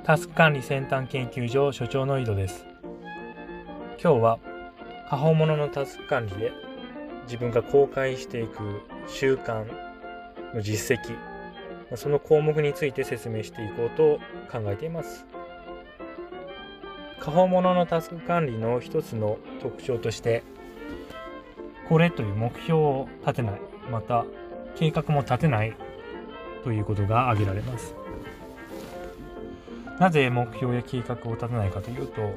タスク管理先端研究所所長の井戸です。今日は過保物のタスク管理で自分が公開していく習慣の実績、その項目について説明していこうと考えています。過保物のタスク管理の一つの特徴として、これという目標を立てない、また計画も立てないということが挙げられます。なぜ目標や計画を立てないかというと、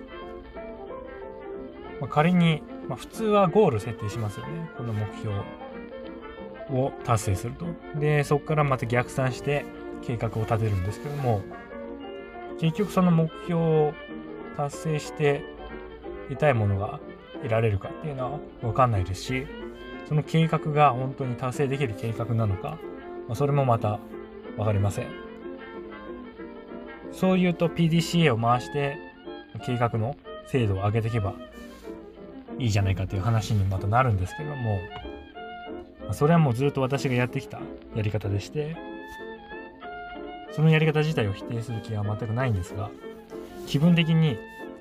仮に、普通はゴール設定しますよね。この目標を達成すると。で、そこからまた逆算して計画を立てるんですけども、結局その目標を達成して得たいものが得られるかっていうのは分かんないですし、その計画が本当に達成できる計画なのか、それもまた分かりません。そういうと PDCA を回して計画の精度を上げていけばいいじゃないかという話にまたなるんですけども、それはもうずっと私がやってきたやり方でして、そのやり方自体を否定する気は全くないんですが、気分的に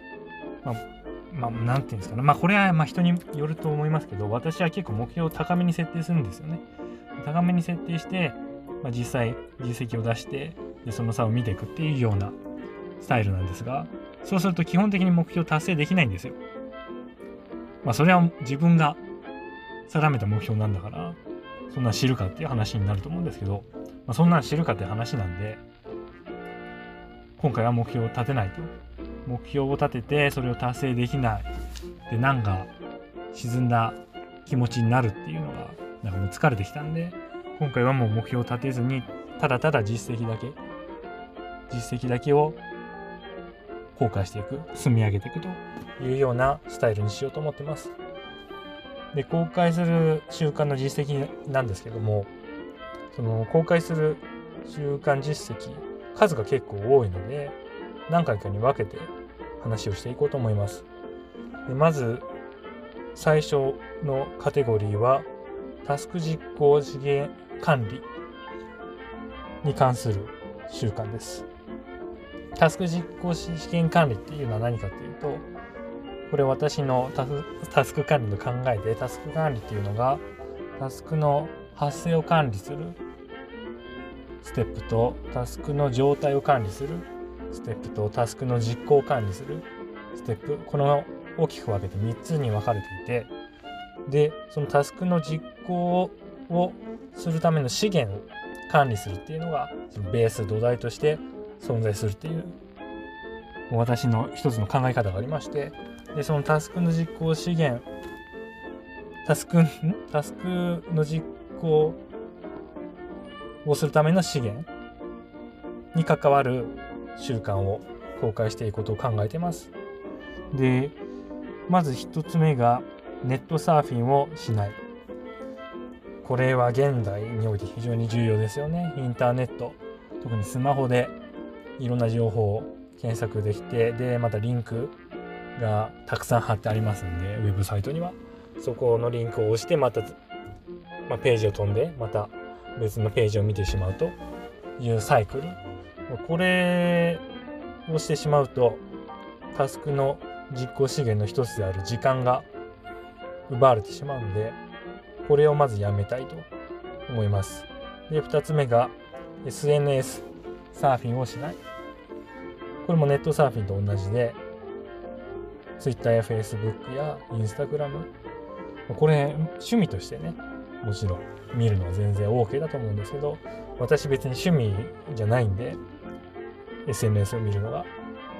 なんていうんですかね、これは人によると思いますけど、私は結構目標を高めに設定するんですよね。高めに設定して、実際実績を出してでその差を見ていくっていうようなスタイルなんですが、そうすると基本的に目標達成できないんですよ。それは自分が定めた目標なんだから、そんなん知るかっていう話になると思うんですけど、そんなん知るかっていう話なんで、今回は目標を立てないと。目標を立ててそれを達成できないで、なんか沈んだ気持ちになるっていうのがもう疲れてきたんで、今回はもう目標を立てずに、ただただ実績だけを公開していく、積み上げていくというようなスタイルにしようと思ってます。で、公開する習慣の実績なんですけども、その公開する習慣実績、数が結構多いので、何回かに分けて話をしていこうと思います。で、まず最初のカテゴリーはタスク実行資源管理に関する習慣です。タスク実行資源管理っていうのは何かというと、これ私のタスク管理の考えで、タスク管理っていうのがタスクの発生を管理するステップと、タスクの状態を管理するステップと、タスクの実行を管理するステップ、この大きく分けて3つに分かれていて、でそのタスクの実行をするための資源を管理するっていうのがそのベース土台として存在するっていう私の一つの考え方がありまして、でそのタスクの実行資源、タスクの実行をするための資源に関わる習慣を公開していくことを考えています。で、まず一つ目がネットサーフィンをしない。これは現代において非常に重要ですよね。インターネット、特にスマホでいろんな情報を検索できて、でまたリンクがたくさん貼ってありますんで、ウェブサイトにはそこのリンクを押してまた、ページを飛んでまた別のページを見てしまうというサイクル、これをしてしまうとタスクの実行資源の一つである時間が奪われてしまうので、これをまずやめたいと思います。で、2つ目が SNS サーフィンをしない。これもネットサーフィンと同じで、 Twitter や Facebook や Instagram、 これ趣味としてね、もちろん見るのは全然 OK だと思うんですけど、私別に趣味じゃないんで SNS を見るのが。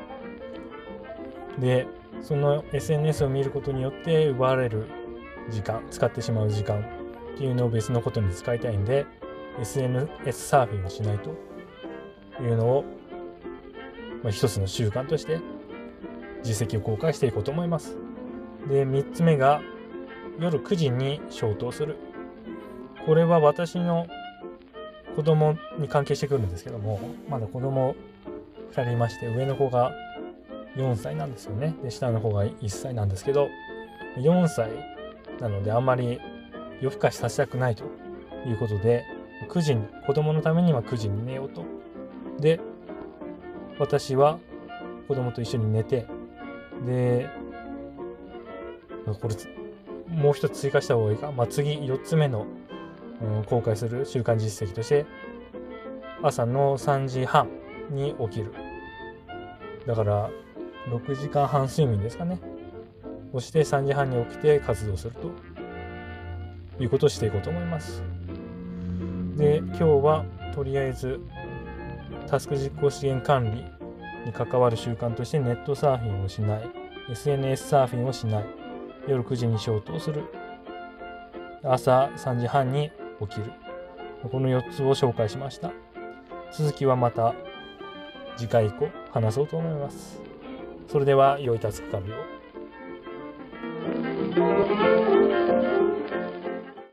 でその SNS を見ることによって奪われる時間、使ってしまう時間っていうのを別のことに使いたいんで、 SNS サーフィンをしないというのを、一つの習慣として実績を公開していこうと思います。で、3つ目が夜9時に消灯する。これは私の子供に関係してくるんですけども、まだ子供2人いまして、上の子が4歳なんですよね。で、下の子が1歳なんですけど、4歳なのであんまり夜更かしさせたくないということで、9時に、子供のためには9時に寝ようと。で、 私は子供と一緒に寝て、でこれもう一つ追加した方がいいか、次4つ目の、後悔する習慣実績として、朝の3時半に起きる。だから6時間半睡眠ですかね。そして3時半に起きて活動するということをしていこうと思います。で、今日はとりあえずタスク実行資源管理に関わる習慣として、ネットサーフィンをしない、SNS サーフィンをしない、夜9時に消灯する、朝3時半に起きる、この4つを紹介しました。続きはまた次回以降話そうと思います。それでは良いタスク管理を。